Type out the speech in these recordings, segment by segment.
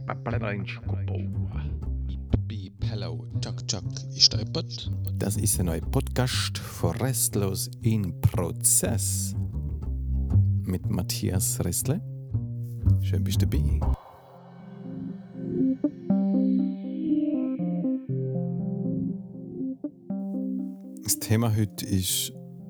Hello, Chuck Chuck, ist da jemand? Das ist ein neuer Podcast von Restlos in Prozess mit Matthias Restle. Schön bist du dabei. Das Thema heute ist,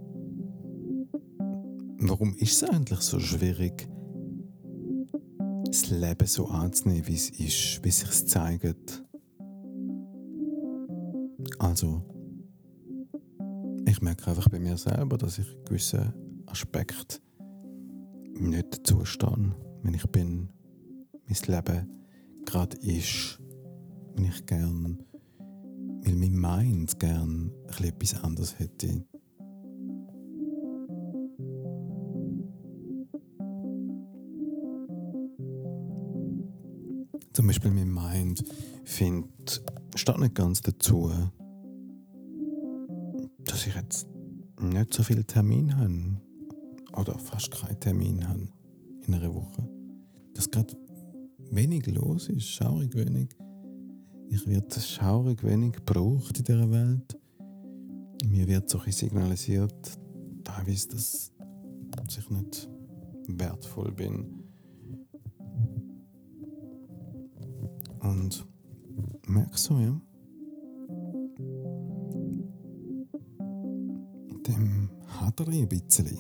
warum ist es eigentlich so schwierig, das Leben so anzunehmen, wie es ist, wie es sich zeigt. Also, ich merke einfach bei mir selber, dass ich gewisse Aspekte nicht dazu stehe, wenn ich bin, mein Leben gerade ist, wenn ich gern, weil mein Mind gern etwas anderes hätte. Zum Beispiel mein Mind steht nicht ganz dazu, dass ich jetzt nicht so viele Termine habe oder fast keinen Termin habe in einer Woche. Dass gerade wenig los ist, schaurig wenig. Ich werde schaurig wenig gebraucht in dieser Welt. Mir wird so ein bisschen signalisiert, teilweise, dass ich nicht wertvoll bin. Und merke so, ja. In dem hadere ich ein bisschen.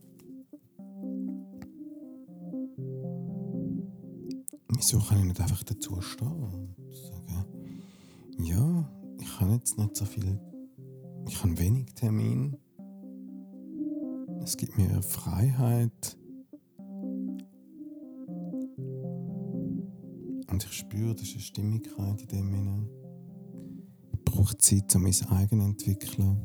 Wieso kann ich nicht einfach dazu stehen und sagen, ja, ich habe jetzt nicht so viel, ich habe wenig Termine. Es gibt mir Freiheit. Und ich spüre, das ist eine Stimmigkeit in dem hinein. Ich brauche Zeit, um mein eigenes entwickeln.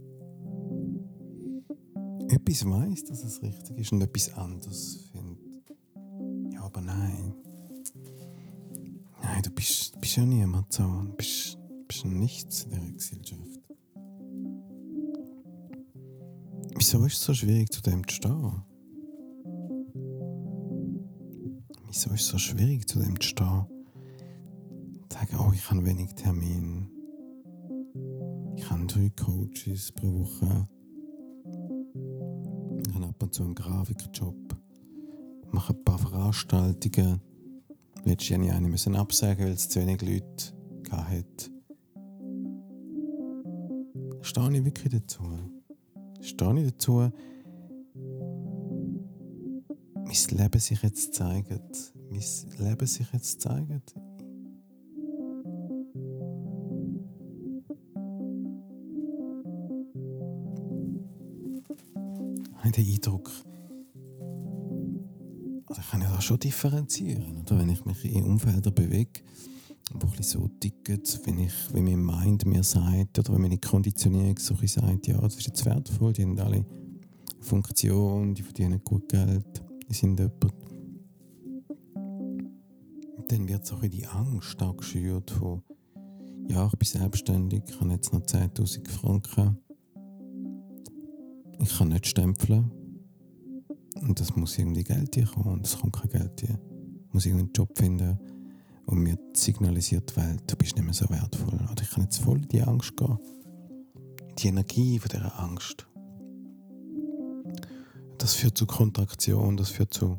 Etwas weiss, dass es richtig ist und etwas anderes findet. Ja, aber nein. Nein, du bist ja niemand so. Du bist nichts in dieser Gesellschaft. Wieso ist es so schwierig, zu dem zu stehen? Wieso ist es so schwierig, zu dem zu stehen? Zu sagen, oh, ich habe wenig Termine. Ich habe 3 Coaches pro Woche. Ich habe ab und zu einen Grafikjob. Mache ein paar Veranstaltungen. Letztes Jahr musste ich eine absagen, weil es zu wenig Leute hatte. Stehe ich wirklich dazu? Stehe ich dazu, mein Leben sich jetzt zeigt? Mein Leben sich jetzt zeigt? Ich habe den Eindruck, also ich kann ja da schon differenzieren, oder? Wenn ich mich in Umfeldern bewege, wo ein bisschen so ticket, wenn mein Mind mir sagt, oder wenn meine Konditionierung so sagt, ja, das ist jetzt wertvoll, die haben alle Funktion, die verdienen gut Geld, die sind jemand. Und dann wird so ein bisschen die Angst auch geschürt von, ja, ich bin selbstständig, ich habe jetzt noch 10'000 Franken, ich kann nicht stempeln und das muss irgendwie Geld kommen und es kommt kein Geld hier. Ich muss irgendeinen Job finden und mir signalisiert die Welt, du bist nicht mehr so wertvoll. Oder ich kann jetzt voll in die Angst gehen. Die Energie von dieser Angst. Das führt zu Kontraktion, das führt zu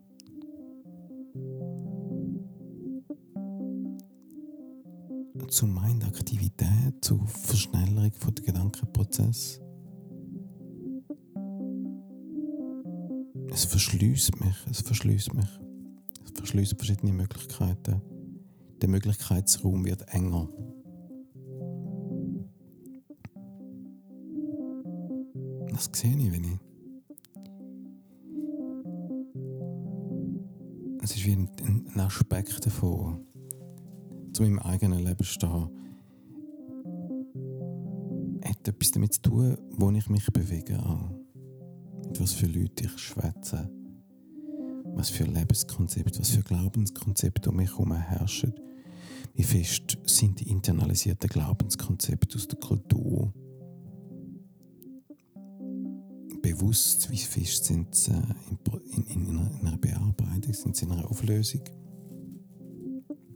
Mindaktivität, zu Verschnellerung von den Gedankenprozess. Es verschließt mich. Es verschließt verschiedene Möglichkeiten. Der Möglichkeitsraum wird enger. Das sehe ich, wenn ich. Es ist wie ein Aspekt davon, zu meinem eigenen Leben stehen. Hat etwas damit zu tun, wo ich mich bewege. Auch. Mit was für Leute ich schwätze. Was für Lebenskonzepte, was für Glaubenskonzepte um mich herum herrschen. Wie fest sind die internalisierten Glaubenskonzepte aus der Kultur bewusst, wie fest sind sie in einer Bearbeitung, sind sie in einer Auflösung.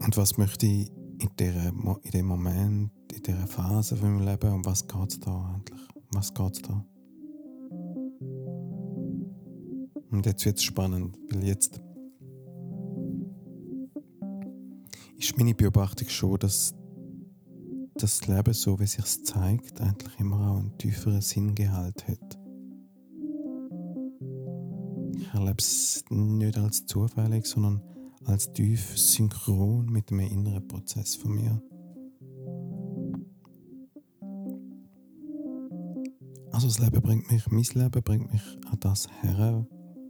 Und was möchte ich in dem Moment, in dieser Phase von meinem Leben, um was geht es da eigentlich? Was geht es da? Und jetzt wird es spannend, weil jetzt ist meine Beobachtung schon, dass das Leben, so wie es sich zeigt, eigentlich immer auch einen tieferen Sinngehalt hat. Ich erlebe es nicht als zufällig, sondern als tief synchron mit einem inneren Prozess von mir. Also mein Leben bringt mich an das her,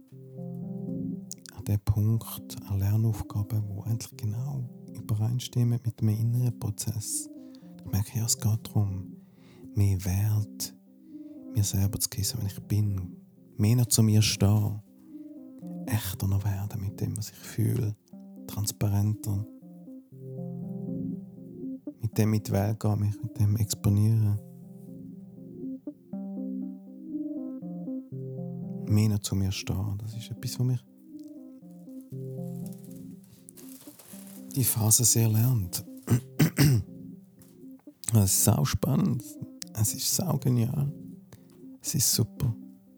an den Punkt, an Lernaufgaben, die eigentlich genau übereinstimmen mit einem inneren Prozess. Ich merke, ja, es geht darum, mehr Wert mir selber zu geben, so wie ich bin, mehr noch zu mir stehen, echter noch werden mit dem, was ich fühle, transparenter, mit dem mit die Welt gehen, mich mit dem exponieren, mehr noch zu mir stehen. Das ist etwas, was mich die Phase sehr lernt. Es ist sau spannend, es ist sau genial, es ist super.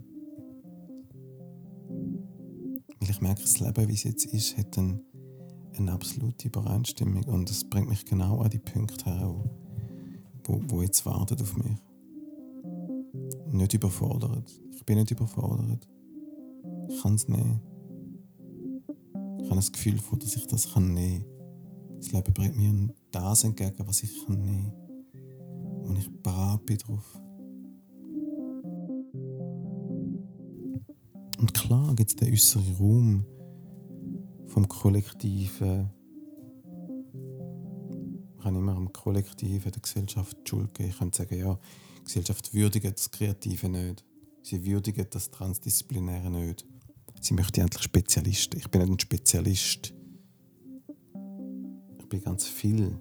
Weil ich merke, das Leben, wie es jetzt ist, hat eine absolute Übereinstimmung und es bringt mich genau an die Punkte her, wo jetzt wartet auf mich. Nicht überfordert. Ich bin nicht überfordert. Ich kann es nehmen. Ich habe das Gefühl, dass ich das nehmen kann. Das Leben bringt mir das entgegen, was ich nehmen kann. Und ich bereit bin drauf. Und klar gibt es den äußeren Raum vom Kollektiven. Ich kann immer am Kollektiven, der Gesellschaft die Schuld geben. Ich könnte sagen, ja, die Gesellschaft würdigt das Kreative nicht. Sie würdigt das Transdisziplinäre nicht. Sie möchte endlich Spezialisten. Ich bin nicht ein Spezialist. Ich bin ganz viel.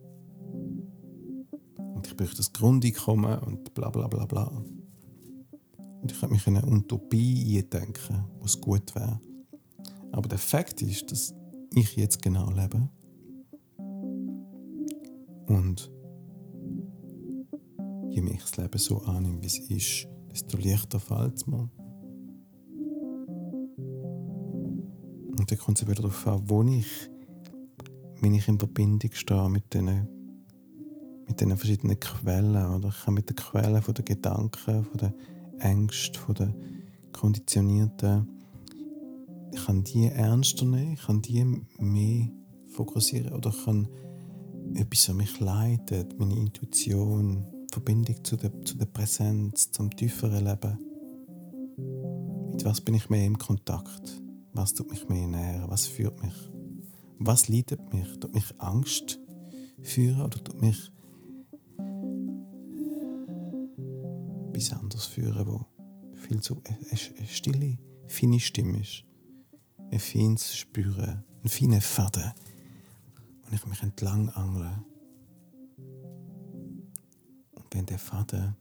Und ich möchte das Grundeinkommen und bla bla bla bla. Und ich könnte mich in eine Utopie eindenken, wo es gut wäre. Aber der Fakt ist, dass ich jetzt genau lebe. Und je mehr ich das Leben so annehme, wie es ist, desto leichter fällt es mir. Und dann kommt es wieder darauf an, wenn ich in Verbindung stehe mit diesen verschiedenen Quellen. Oder ich kann mit den Quellen von den Gedanken, von den Ängsten, von den Konditionierten, ich kann die ernster nehmen, ich kann die mehr fokussieren oder ich kann etwas, was mich leitet, meine Intuition, Verbindung zu der Präsenz, zum tieferen Leben. Mit was bin ich mehr im Kontakt? Was tut mich mehr näher? Was führt mich? Was leitet mich? Tut mich Angst führen oder tut mich etwas anderes führen, wo viel zu eine stille, feine Stimme ist? Ein feines Spüren, ein feiner Faden, wo ich mich entlang angle. Und wenn der Faden,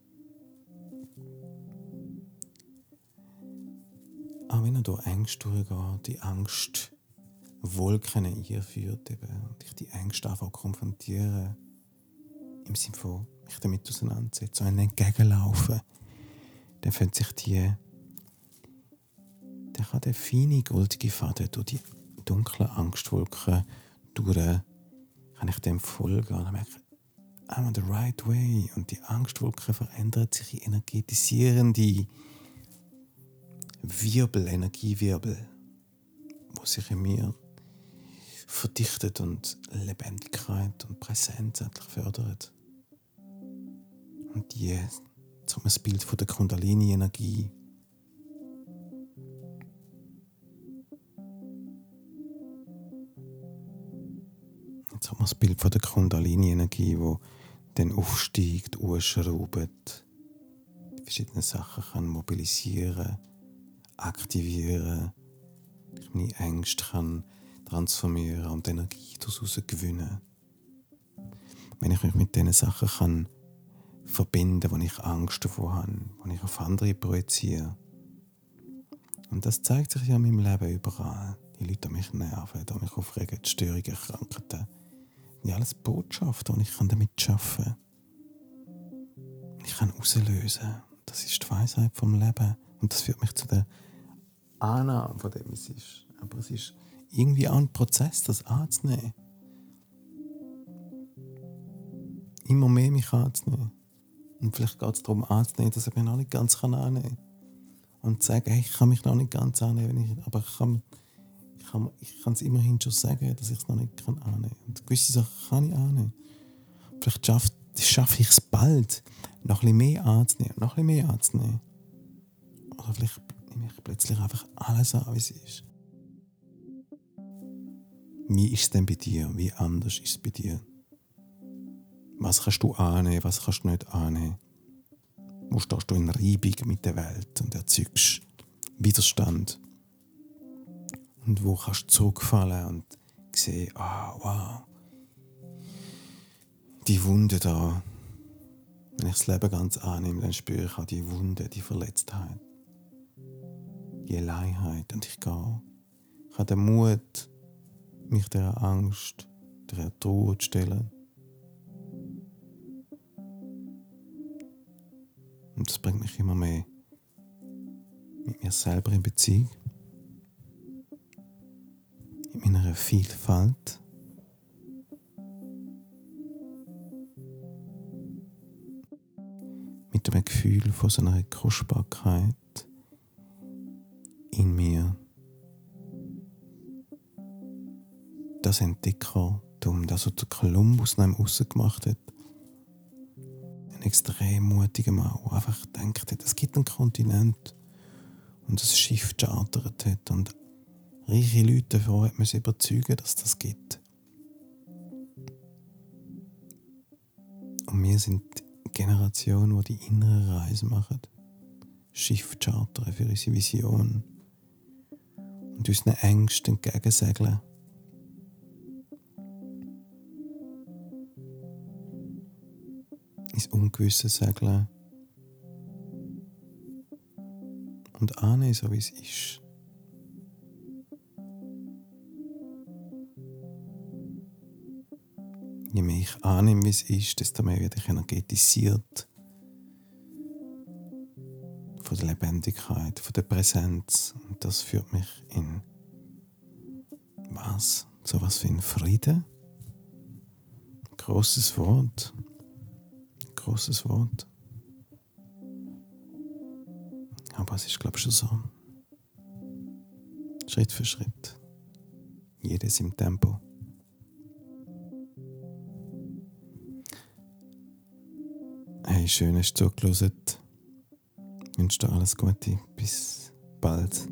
auch wenn er durch Ängste durchgeht, die Angst Wolken einführt und ich die Ängste einfach konfrontiere, im Sinne von mich damit auseinandersetzen, so entgegenlaufen, dann fängt sich dann kann der feine, goldige Faden durch die dunklen Angstwolken durch, kann ich dem folgen und merke, I'm on the right way. Und die Angstwolken verändern sich in energetisierende Wirbel, Energiewirbel, wo sich in mir verdichtet und Lebendigkeit und Präsenz endlich fördert. Und die zum Bild von der Kundalini-Energie. Jetzt haben wir das Bild von der Kundalini-Energie, die dann aufsteigt, ausschraubt, die verschiedenen Sachen kann mobilisieren, aktivieren, ich meine Ängste kann transformieren und Energie daraus gewinnen. Wenn ich mich mit diesen Sachen kann verbinden, wo ich Angst davor habe, wo ich auf andere projiziere. Und das zeigt sich ja in meinem Leben überall. Die Leute, die mich nerven, die mich aufregen, die Störungen, Krankheiten, Ja, alles Botschaften und ich kann damit arbeiten. Ich kann rauslösen. Das ist die Weisheit vom Leben. Und das führt mich zu der Annahme von dem, es ist. Aber es ist irgendwie auch ein Prozess, das anzunehmen. Immer mehr mich anzunehmen. Und vielleicht geht es darum anzunehmen, dass ich mich noch nicht ganz annehmen kann. Und zu sagen, hey, ich kann mich noch nicht ganz annehmen, aber ich kann es immerhin schon sagen, dass ich es noch nicht annehmen kann. Und gewisse Sachen kann ich annehmen. Vielleicht schaffe ich es bald, noch ein bisschen mehr anzunehmen, Oder vielleicht nehme ich plötzlich einfach alles an, wie es ist. Wie ist es denn bei dir? Wie anders ist es bei dir? Was kannst du annehmen, was kannst du nicht annehmen? Wo stehst du in Reibung mit der Welt und erzeugst Widerstand? Und wo kannst du zurückfallen und sehen, wow, die Wunde da. Wenn ich das Leben ganz annehme, dann spüre ich auch die Wunde, die Verletztheit, die Alleinheit. Und ich habe den Mut, mich dieser Angst, dieser Trauer zu stellen. Und das bringt mich immer mehr mit mir selber in Beziehung, in meiner Vielfalt. Mit dem Gefühl von so einer Kostbarkeit in mir. Das Entdeckertum, das was der Kolumbus nach außen gemacht hat. Ein extrem mutiger Mann, der einfach gedacht hat, es gibt einen Kontinent und ein Schiff chartert hat und reiche Leute davon hat man sich überzeugen, dass das gibt. Und wir sind die Generation, die die innere Reise machen. Schiff chartern für unsere Vision. Und unseren Ängsten entgegensegeln. Ins Ungewisse segeln. Und annehmen, so wie es ist. Je mehr ich annehme, wie es ist, desto mehr werde ich energetisiert. Von der Lebendigkeit, von der Präsenz. Und das führt mich in was? So was wie in Frieden? Großes Wort. Großes Wort. Aber es ist, glaube ich, schon so. Schritt für Schritt. Jedes im Tempo. Hey, schön, hast du zugehört. Ich wünsche dir alles Gute. Bis bald.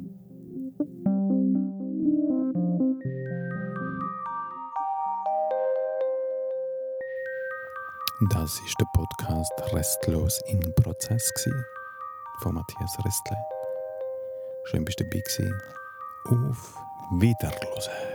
Das ist der Podcast «Restlos im Prozess» von Matthias Restle. Schön, bist du dabei gewesen. Auf Wiederhören.